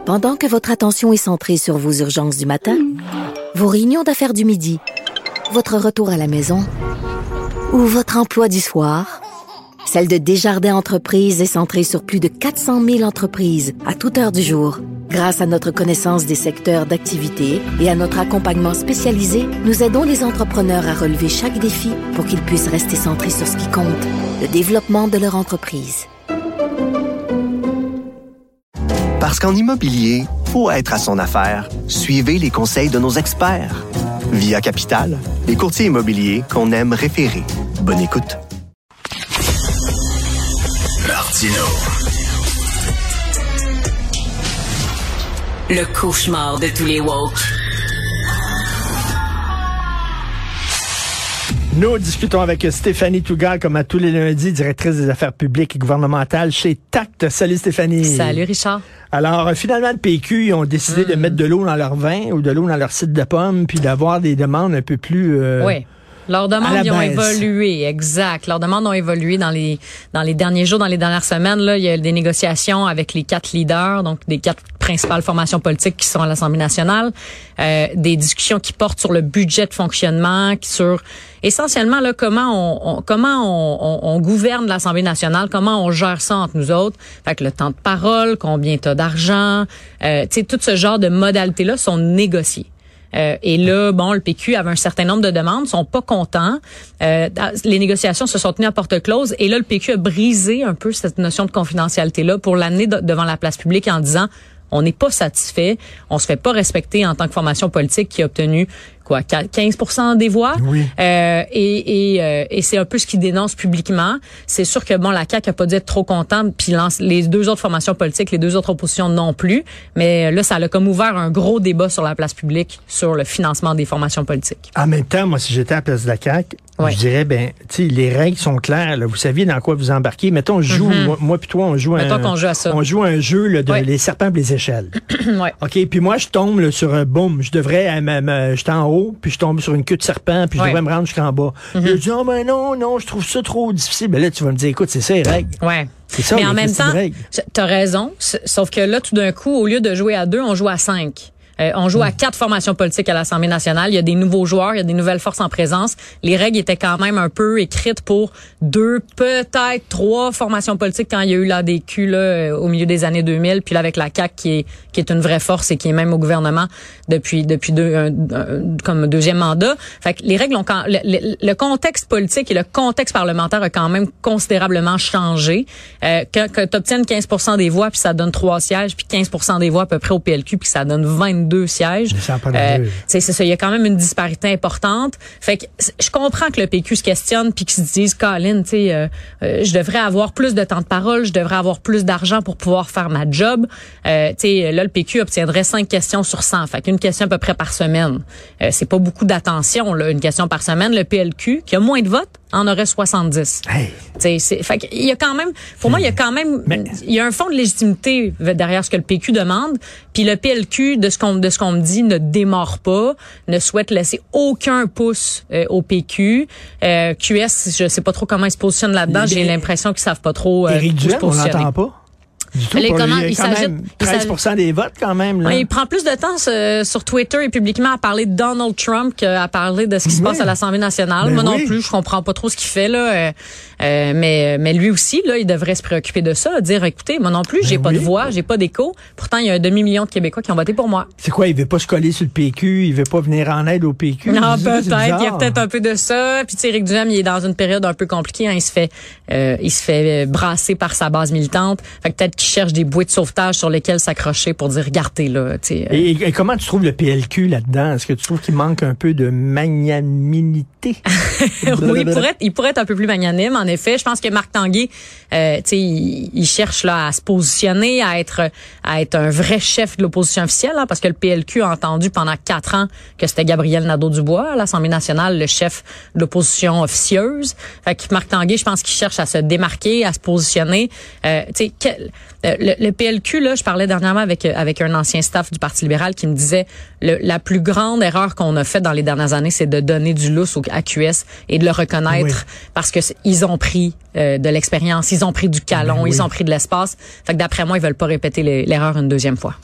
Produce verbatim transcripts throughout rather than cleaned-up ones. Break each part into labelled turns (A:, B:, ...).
A: Pendant que votre attention est centrée sur vos urgences du matin, vos réunions d'affaires du midi, votre retour à la maison ou votre emploi du soir, celle de Desjardins Entreprises est centrée sur plus de quatre cent mille entreprises à toute heure du jour. Grâce à notre connaissance des secteurs d'activité et à notre accompagnement spécialisé, nous aidons les entrepreneurs à relever chaque défi pour qu'ils puissent rester centrés sur ce qui compte, le développement de leur entreprise.
B: Parce qu'en immobilier, faut être à son affaire. Suivez les conseils de nos experts. Via Capital, les courtiers immobiliers qu'on aime référer. Bonne écoute.
C: Martino.
D: Le cauchemar de tous les woke.
E: Nous discutons avec Stéphanie Tougal, comme à tous les lundis, directrice des affaires publiques et gouvernementales chez T A C T. Salut Stéphanie.
F: Salut Richard.
E: Alors, finalement, le P Q, ils ont décidé mmh. de mettre de l'eau dans leur vin ou de l'eau dans leur cidre de pomme, puis d'avoir des demandes un peu plus... Euh,
F: oui. Leurs demandes ont évolué, exact. Leurs demandes ont évolué dans les dans les derniers jours, dans les dernières semaines. Là, il y a des négociations avec les quatre leaders, donc des quatre principales formations politiques qui sont à l'Assemblée nationale, euh, des discussions qui portent sur le budget de fonctionnement, qui sur essentiellement là comment on, on comment on, on, on gouverne l'Assemblée nationale, comment on gère ça entre nous autres. Fait que le temps de parole, combien t'as d'argent, euh, tu sais, tout ce genre de modalités là sont négociées. Euh, et là, bon, le P Q avait un certain nombre de demandes, sont pas contents. Euh, les négociations se sont tenues à porte close. Et là, le P Q a brisé un peu cette notion de confidentialité-là pour l'amener de, devant la place publique en disant on n'est pas satisfait, on se fait pas respecter en tant que formation politique qui a obtenu quoi quinze pour cent des voix.
E: Oui.
F: Euh, et et, euh, et c'est un peu ce qu'ils dénoncent publiquement. C'est sûr que bon, la C A Q a pas dû être trop contente, puis les deux autres formations politiques, les deux autres oppositions non plus. Mais là, ça a comme ouvert un gros débat sur la place publique sur le financement des formations politiques.
E: En même temps, moi, si j'étais à la place de la C A Q, ouais. je dirais, ben, tu sais, les règles sont claires. Là, vous saviez dans quoi vous embarquez. Mettons, on joue, mm-hmm. moi, moi puis toi, on joue
F: Mettons
E: un,
F: qu'on joue à ça.
E: on joue un jeu là, de
F: ouais.
E: les serpents et les échelles.
F: ouais.
E: OK, puis moi, je tombe là, sur un boom. Je devrais, euh, j'étais en haut, puis je tombe sur une queue de serpent, puis je
F: ouais.
E: devrais me rendre jusqu'en bas. Mm-hmm. Je dis, oh, ben non, non, je trouve ça trop difficile. Ben là, tu vas me dire, écoute, c'est ça les règles.
F: Ouais.
E: C'est ça,
F: mais en même temps, t'as raison. Sauf que là, tout d'un coup, au lieu de jouer à deux, on joue à cinq. Euh, on joue mmh. à quatre formations politiques à l'Assemblée nationale. Il y a des nouveaux joueurs, il y a des nouvelles forces en présence. Les règles étaient quand même un peu écrites pour deux, peut-être trois formations politiques quand il y a eu l'A D Q là, au milieu des années deux mille. Puis là, avec la C A Q qui est qui est une vraie force et qui est même au gouvernement depuis depuis deux un, un, comme deuxième mandat. Fait que les règles ont quand le, le, le contexte politique et le contexte parlementaire a quand même considérablement changé. Euh, que que tu obtiennes quinze pour cent des voix puis ça donne trois sièges, puis quinze pour cent des voix à peu près au P L Q puis ça donne vingt-deux deux sièges. Euh, c'est ça, il y a quand même une disparité importante. Fait que je comprends que le P Q se questionne puis qu'ils se disent, Colin, tu sais, euh, euh, je devrais avoir plus de temps de parole, je devrais avoir plus d'argent pour pouvoir faire ma job. Euh, tu sais, là le P Q obtiendrait cinq questions sur cent, fait qu'une question à peu près par semaine. Euh, c'est pas beaucoup d'attention là, une question par semaine. Le P L Q qui a moins de votes en aurait soixante-dix.
E: Hey.
F: Tu sais, fait qu'il y a quand même, pour moi, il y a quand même,
E: Mais...
F: il y a un fond de légitimité derrière ce que le P Q demande. Puis le P L Q, de ce qu'on de ce qu'on me dit, ne démord pas, ne souhaite laisser aucun pouce euh, au P Q. Euh, Q S, je sais pas trop comment ils se positionnent là-dedans. J'ai l'impression qu'ils savent pas trop. Euh,
E: Éric Duhem, on l'entend pas. Du tout,
F: les
E: pas,
F: comment,
E: il y a quand même treize pour cent des votes quand même. Là.
F: Ouais, il prend plus de temps euh, sur Twitter et publiquement à parler de Donald Trump qu'à parler de ce qui oui. se passe à l'Assemblée nationale. Ben Moi oui. non plus, je comprends pas trop ce qu'il fait là. Euh, euh, mais mais lui aussi là, il devrait se préoccuper de ça, dire écoutez, moi non plus, j'ai ben pas oui. de voix, j'ai pas d'écho. Pourtant, il y a un demi-million de Québécois qui ont voté pour moi.
E: C'est quoi, il veut pas se coller sur le P Q, il veut pas venir en aide au P Q.
F: Non, peut-être, il y a peut-être un peu de ça. Puis tu sais, Éric Duhem, il est dans une période un peu compliquée, hein. il se fait euh, il se fait brasser par sa base militante. Fait que peut-être qu'il cherche des bouées de sauvetage sur lesquels s'accrocher pour dire regardez là. Euh.
E: Et, et comment tu trouves le P L Q là-dedans? Est-ce que tu trouves qu'il manque un peu de magnanimité?
F: Oui, il pourrait, être, il pourrait être un peu plus magnanime, en effet. Je pense que Marc Tanguay, euh, il, il cherche là à se positionner, à être à être un vrai chef de l'opposition officielle, hein, parce que le P L Q a entendu pendant quatre ans que c'était Gabriel Nadeau-Dubois à l'Assemblée nationale, le chef de l'opposition officieuse. Fait que Marc Tanguay, je pense qu'il cherche à se démarquer, à se positionner. Euh, tu sais, quel, le, le P L Q, là, je parlais dernièrement avec avec un ancien staff du Parti libéral qui me disait le, la plus grande erreur qu'on a faite dans les dernières années, c'est de donner du lousse à Q S et de le reconnaître oui. parce que ils ont pris euh, de l'expérience, ils ont pris du calon, oui. ils ont pris de l'espace. Fait que d'après moi, ils veulent pas répéter les, l'erreur une deuxième fois.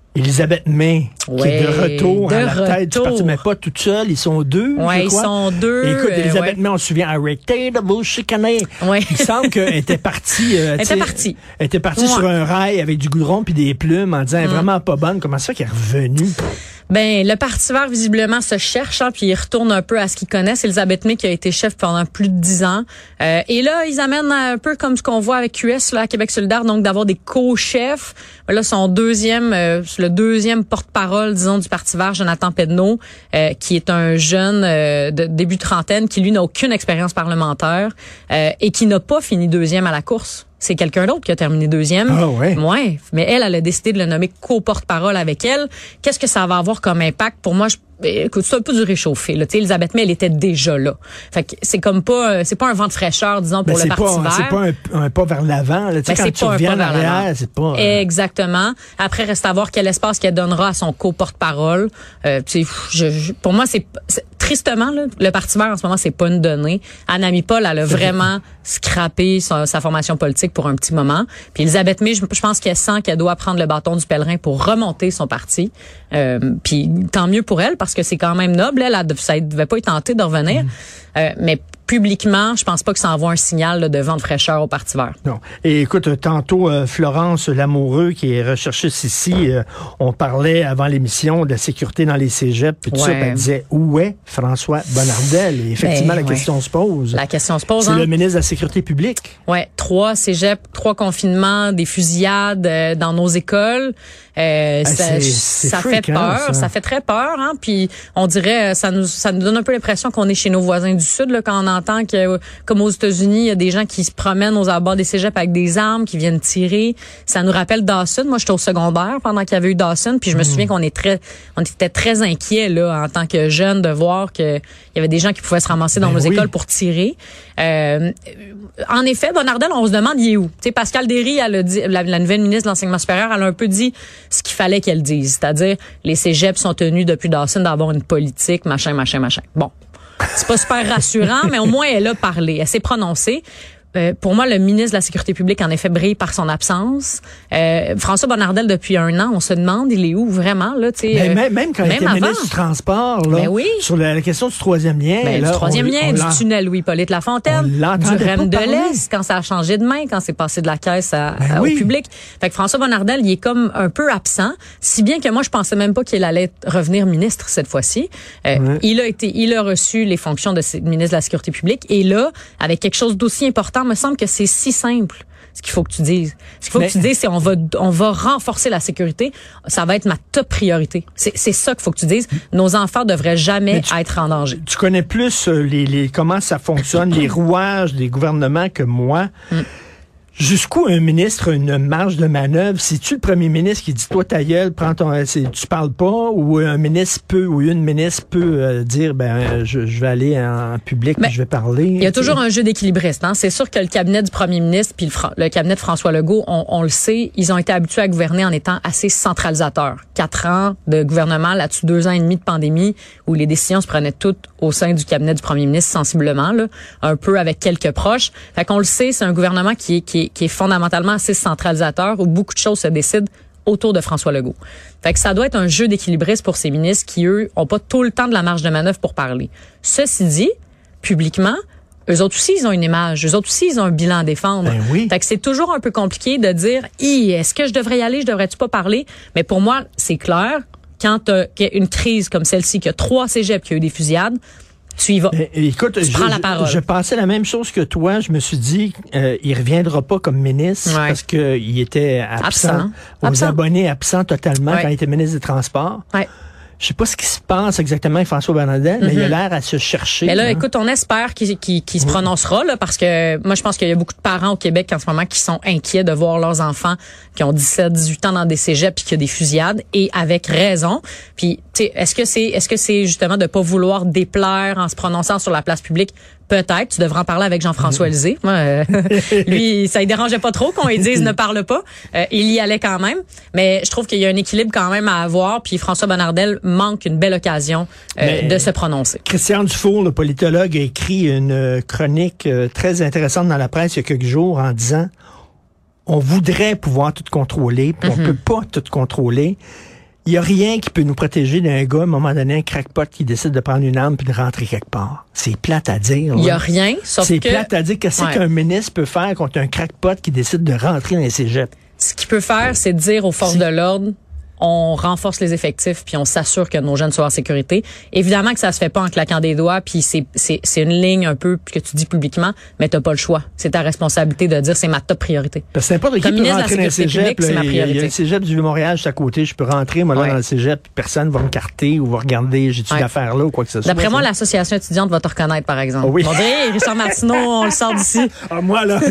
E: Elisabeth May,
F: Ouais,
E: qui est de retour
F: de
E: à la
F: retour.
E: tête du parti, mais pas toute seule, ils sont deux,
F: Ouais,
E: je
F: ils
E: crois.
F: sont deux.
E: Écoute,
F: euh,
E: Elisabeth
F: ouais.
E: May, on se souvient, arrêtez de vous chicaner.
F: Ouais.
E: Il semble qu'elle était partie. Euh,
F: Elle
E: tu sais,
F: était partie.
E: Elle était partie
F: Ouais.
E: sur un rail avec du goudron puis des plumes en disant, elle est vraiment pas bonne. Comment ça qu'elle est revenue?
F: Ben, le Parti vert, visiblement, se cherche, hein, puis il retourne un peu à ce qu'ils connaissent. Elisabeth May, qui a été chef pendant plus de dix ans. Euh, et là, ils amènent un peu comme ce qu'on voit avec Q S, là, à Québec solidaire, donc d'avoir des co-chefs. Là, son deuxième, euh, le deuxième porte-parole, disons, du Parti vert, Jonathan Pedneau, euh, qui est un jeune euh, de début de trentaine, qui, lui, n'a aucune expérience parlementaire euh, et qui n'a pas fini deuxième à la course. C'est quelqu'un d'autre qui a terminé deuxième.
E: Ah ouais.
F: Ouais. Mais elle, elle a décidé de le nommer co-porte-parole avec elle. Qu'est-ce que ça va avoir comme impact? Pour moi, je, écoute, c'est un peu du réchauffé, là. Tu sais, Elisabeth May, elle était déjà là. Fait que c'est comme pas, c'est pas un vent de fraîcheur, disons, pour
E: Ben,
F: le Parti
E: pas,
F: vert.
E: c'est pas un, un pas vers l'avant, là. Tu sais,
F: Ben,
E: quand
F: c'est
E: tu
F: pas un
E: reviens
F: pas
E: en
F: vers l'avant.
E: arrière, c'est pas... euh,
F: Exactement. Après, reste à voir quel espace qu'elle donnera à son co-porte-parole. Euh, tu sais, je, je, pour moi, c'est, c'est tristement, là, le Parti vert, en ce moment, c'est pas une donnée. Anna-Mie Paul, elle a vraiment scrappé sa, sa formation politique pour un petit moment. Puis Elisabeth May, je, je pense qu'elle sent qu'elle doit prendre le bâton du pèlerin pour remonter son parti. Euh, puis tant mieux pour elle, parce que c'est quand même noble. Elle, elle ça devait pas être tentée de revenir. Mmh. Euh, mais publiquement, je pense pas que ça envoie un signal là, de vent de fraîcheur au Parti vert.
E: Non. Et écoute, tantôt, euh, Florence Lamoureux, qui est recherchiste ici, euh, on parlait avant l'émission de la sécurité dans les cégeps, puis tout
F: Ouais.
E: ça, puis elle disait, où est François Bonnardel? Et effectivement,
F: Ben,
E: la
F: ouais.
E: question se pose.
F: La question se pose,
E: C'est
F: hein?
E: le ministre de la Sécurité publique.
F: Ouais, trois cégeps, trois confinements, des fusillades euh, dans nos écoles. Euh,
E: Ah,
F: ça
E: c'est- c'est
F: ça fait
E: fréquent,
F: peur,
E: ça.
F: ça. fait très peur, hein. Puis on dirait, ça nous, ça nous donne un peu l'impression qu'on est chez nos voisins du Sud, là, quand on entend que, comme aux États-Unis, il y a des gens qui se promènent aux abords des cégeps avec des armes, qui viennent tirer. Ça nous rappelle Dawson. Moi, j'étais au secondaire pendant qu'il y avait eu Dawson, puis je me souviens qu'on est très, on était très inquiets là en tant que jeunes de voir que il y avait des gens qui pouvaient se ramasser dans
E: Ben
F: nos
E: oui.
F: écoles pour tirer. Euh, en effet, Bonnardel, on se demande il est où. Tu sais, Pascal Derry, elle a dit, la, la nouvelle ministre de l'enseignement supérieur, elle a un peu dit ce qu'il fallait qu'elle dise, c'est-à-dire les cégeps sont tenus depuis Dawson d'avoir une politique, machin, machin, machin. Bon, c'est pas super rassurant, mais au moins elle a parlé, elle s'est prononcée. Euh, pour moi, le ministre de la Sécurité publique en effet brille par son absence. Euh, François Bonnardel, depuis un an, on se demande, il est où vraiment là, tu sais.
E: Mais
F: euh,
E: même, même quand il était
F: avant.
E: ministre du Transport, là,
F: Ben oui.
E: sur la, la question du troisième lien,
F: Ben,
E: là,
F: du troisième
E: on-
F: lien,
E: on
F: du
E: l'a-
F: tunnel Louis-Hippolyte Lafontaine,
E: on
F: du
E: l'entendait
F: R E M de
E: pas parler.
F: l'Est, quand ça a changé de main, quand c'est passé de la caisse à,
E: Ben
F: à-
E: oui.
F: au public. Fait que François Bonnardel, il est comme un peu absent, si bien que moi, je pensais même pas qu'il allait revenir ministre cette fois-ci. Euh,
E: Ouais.
F: Il a été, il a reçu les fonctions de ministre de la Sécurité publique, et là, avec quelque chose d'aussi important, me semble que c'est si simple. Ce qu'il faut que tu dises. Ce qu'il faut
E: Mais-
F: que tu dises, c'est on va, on va renforcer la sécurité. Ça va être ma top priorité. C'est, c'est ça qu'il faut que tu dises. Nos enfants devraient jamais
E: Mais tu-
F: être en danger.
E: Tu connais plus euh, les, les comment ça fonctionne, les rouages des gouvernements que moi.
F: Mm.
E: Jusqu'où un ministre a une marge de manœuvre? C'est-tu le premier ministre qui dit, toi, ta gueule, prends ton, c'est, tu parles pas, ou un ministre peut, ou une ministre peut euh, dire, ben, je, je vais aller en public,
F: Ben,
E: puis je vais parler.
F: Il y a toujours un jeu d'équilibriste. Hein? C'est sûr que le cabinet du premier ministre puis le, Fra- le cabinet de François Legault, on, on le sait, ils ont été habitués à gouverner en étant assez centralisateurs. Quatre ans de gouvernement, là-dessus deux ans et demi de pandémie, où les décisions se prenaient toutes au sein du cabinet du premier ministre sensiblement, là, un peu avec quelques proches. Fait qu'on le sait, c'est un gouvernement qui est, qui est, qui est fondamentalement assez centralisateur, où beaucoup de choses se décident autour de François Legault. Fait que ça doit être un jeu d'équilibriste pour ces ministres qui, eux, ont pas tout le temps de la marge de manœuvre pour parler. Ceci dit, publiquement, eux autres aussi, ils ont une image. Eux autres aussi, ils ont un bilan à défendre.
E: Ben oui.
F: Fait que c'est toujours un peu compliqué de dire, Hi, est-ce que je devrais y aller, je devrais-tu pas parler? Mais pour moi, c'est clair, quand t'as une crise comme celle-ci, qu'il y a trois cégeps qui a eu des fusillades, tu y vas.
E: Eh, écoute,
F: Tu
E: je,
F: prends la parole.
E: je, je pensais la même chose que toi. Je me suis dit, euh, il reviendra pas comme ministre
F: Ouais.
E: parce qu'il était absent,
F: Absent.
E: aux
F: Absent.
E: abonnés absents totalement
F: Ouais.
E: quand il était ministre des Transports.
F: Ouais.
E: Je sais pas ce qui se passe exactement avec François Bonnardel, mais il a l'air à se chercher.
F: Mais là,
E: hein.
F: écoute, on espère qu'il qu'il, qu'il se prononcera, là, parce que moi, je pense qu'il y a beaucoup de parents au Québec en ce moment qui sont inquiets de voir leurs enfants qui ont dix-sept, dix-huit ans dans des cégeps puis qu'il y a des fusillades, et avec raison. Puis, tu sais, est-ce que c'est, est-ce que c'est justement de pas vouloir déplaire en se prononçant sur la place publique? Peut-être. Tu devrais en parler avec Jean-François Lisée. Moi, euh, lui, ça ne dérangeait pas trop qu'on lui dise ne parle pas. Euh, il y allait quand même. Mais je trouve qu'il y a un équilibre quand même à avoir. Puis François Bonnardel manque une belle occasion euh,
E: Mais-
F: de se prononcer.
E: Christian Dufour, le politologue, a écrit une euh, chronique euh, très intéressante dans la presse il y a quelques jours en disant on voudrait pouvoir tout contrôler, puis
F: Mm-hmm.
E: on peut pas tout contrôler. Il y a rien qui peut nous protéger d'un gars, à un moment donné, un crackpot qui décide de prendre une arme puis de rentrer quelque part. C'est plate à dire.
F: Il y a
E: là.
F: rien, sauf
E: C'est
F: que...
E: plate à dire. Qu'est-ce
F: Ouais.
E: qu'un ministre peut faire contre un crackpot qui décide de rentrer dans les cégeps?
F: Ce qu'il peut faire, c'est dire aux forces de l'ordre, on renforce les effectifs puis on s'assure que nos jeunes soient en sécurité. Évidemment que ça se fait pas en claquant des doigts puis c'est c'est c'est une ligne un peu que tu dis publiquement, mais t'as pas le choix. C'est ta responsabilité de dire c'est ma top priorité.
E: Parce que n'importe qui
F: Comme
E: peut
F: ministre de la
E: rentrer dans le
F: Sécurité
E: cégep.
F: publique, c'est
E: là,
F: ma
E: il y a- il y a
F: priorité.
E: le cégep du Vieux-Montréal juste à côté. Je peux rentrer, moi, là,
F: Ouais.
E: dans le cégep. Personne va me carter ou va regarder j'ai-tu
F: Ouais.
E: d'affaires là ou quoi que ce soit.
F: D'après moi,
E: ça.
F: l'association étudiante va te reconnaître, par exemple.
E: Oh oui.
F: On dirait, Richard Martineau, on le sort d'ici.
E: Ah, moi, là,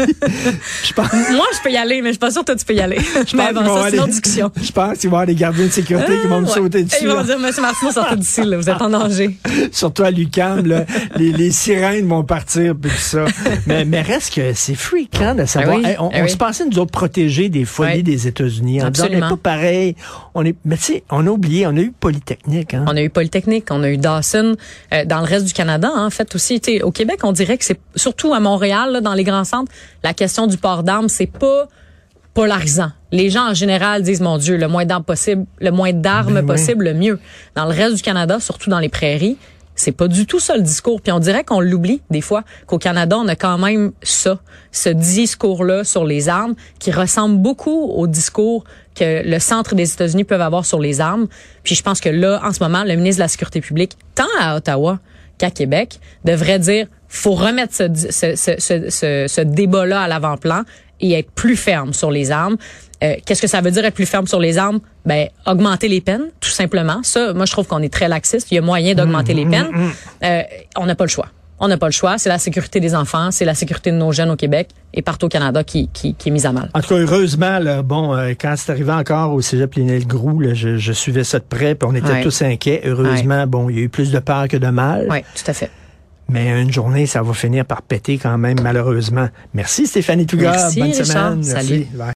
E: je pense...
F: Moi, je peux y aller, mais je suis pas sûre que toi, tu peux y aller.
E: Je
F: mais
E: pense
F: bon,
E: qu'ils vont
F: ça, c'est une
E: avoir
F: autre
E: des-
F: discussion.
E: Je pense qu'il va y avoir des gardiens de sécurité qui vont me
F: Ouais.
E: sauter dessus.
F: Ils vont
E: là.
F: dire, Monsieur Martineau, sortez d'ici, là, vous êtes en danger.
E: Surtout à l'UQAM, là, les, les sirènes vont partir puis tout ça. Mais, mais reste que c'est fréquent de savoir.
F: Ah oui,
E: Hey, on
F: ah
E: on
F: oui.
E: se pensait nous autres protéger des folies
F: Ouais.
E: des États-Unis. En disant, on n'est
F: Absolument.
E: pas pareil. On est, mais tu sais, on a oublié, on a eu Polytechnique. Hein?
F: On a eu Polytechnique, on a eu Dawson, euh, dans le reste du Canada, hein, en fait aussi. Tu sais, au Québec, on dirait que c'est surtout à Montréal, là, dans les grands centres, la question du port d'armes, c'est pas polarisant. Les gens en général disent mon Dieu, le moins d'armes possible, le moins d'armes
E: Ben oui.
F: possible, le mieux. Dans le reste du Canada, surtout dans les prairies, c'est pas du tout ça le discours. Puis on dirait qu'on l'oublie des fois, qu'au Canada, on a quand même ça, ce discours-là sur les armes qui ressemble beaucoup au discours que le centre des États-Unis peuvent avoir sur les armes. Puis je pense que là, en ce moment, le ministre de la Sécurité publique, tant à Ottawa qu'à Québec, devrait dire faut remettre ce, ce, ce, ce, ce, ce débat-là à l'avant-plan et être plus ferme sur les armes. Euh, qu'est-ce que ça veut dire être plus ferme sur les armes? Ben, augmenter les peines, tout simplement. Ça, moi, je trouve qu'on est très laxiste. Il y a moyen d'augmenter les peines. Euh, on n'a pas le choix. On n'a pas le choix. C'est la sécurité des enfants, c'est la sécurité de nos jeunes au Québec et partout au Canada qui, qui, qui est mise à mal.
E: En tout cas, heureusement, là, bon, euh, quand c'est arrivé encore au cégep Lionel-Groux, là, je, je suivais ça de près, puis on était
F: Ouais.
E: tous inquiets. Heureusement, bon, il y a eu plus de peur que de mal.
F: Oui, tout à fait.
E: Mais une journée, ça va finir par péter quand même, malheureusement. Merci Stéphanie Touga.
F: Merci,
E: Bonne
F: Richard.
E: semaine. Merci.
F: Salut.
E: Bye.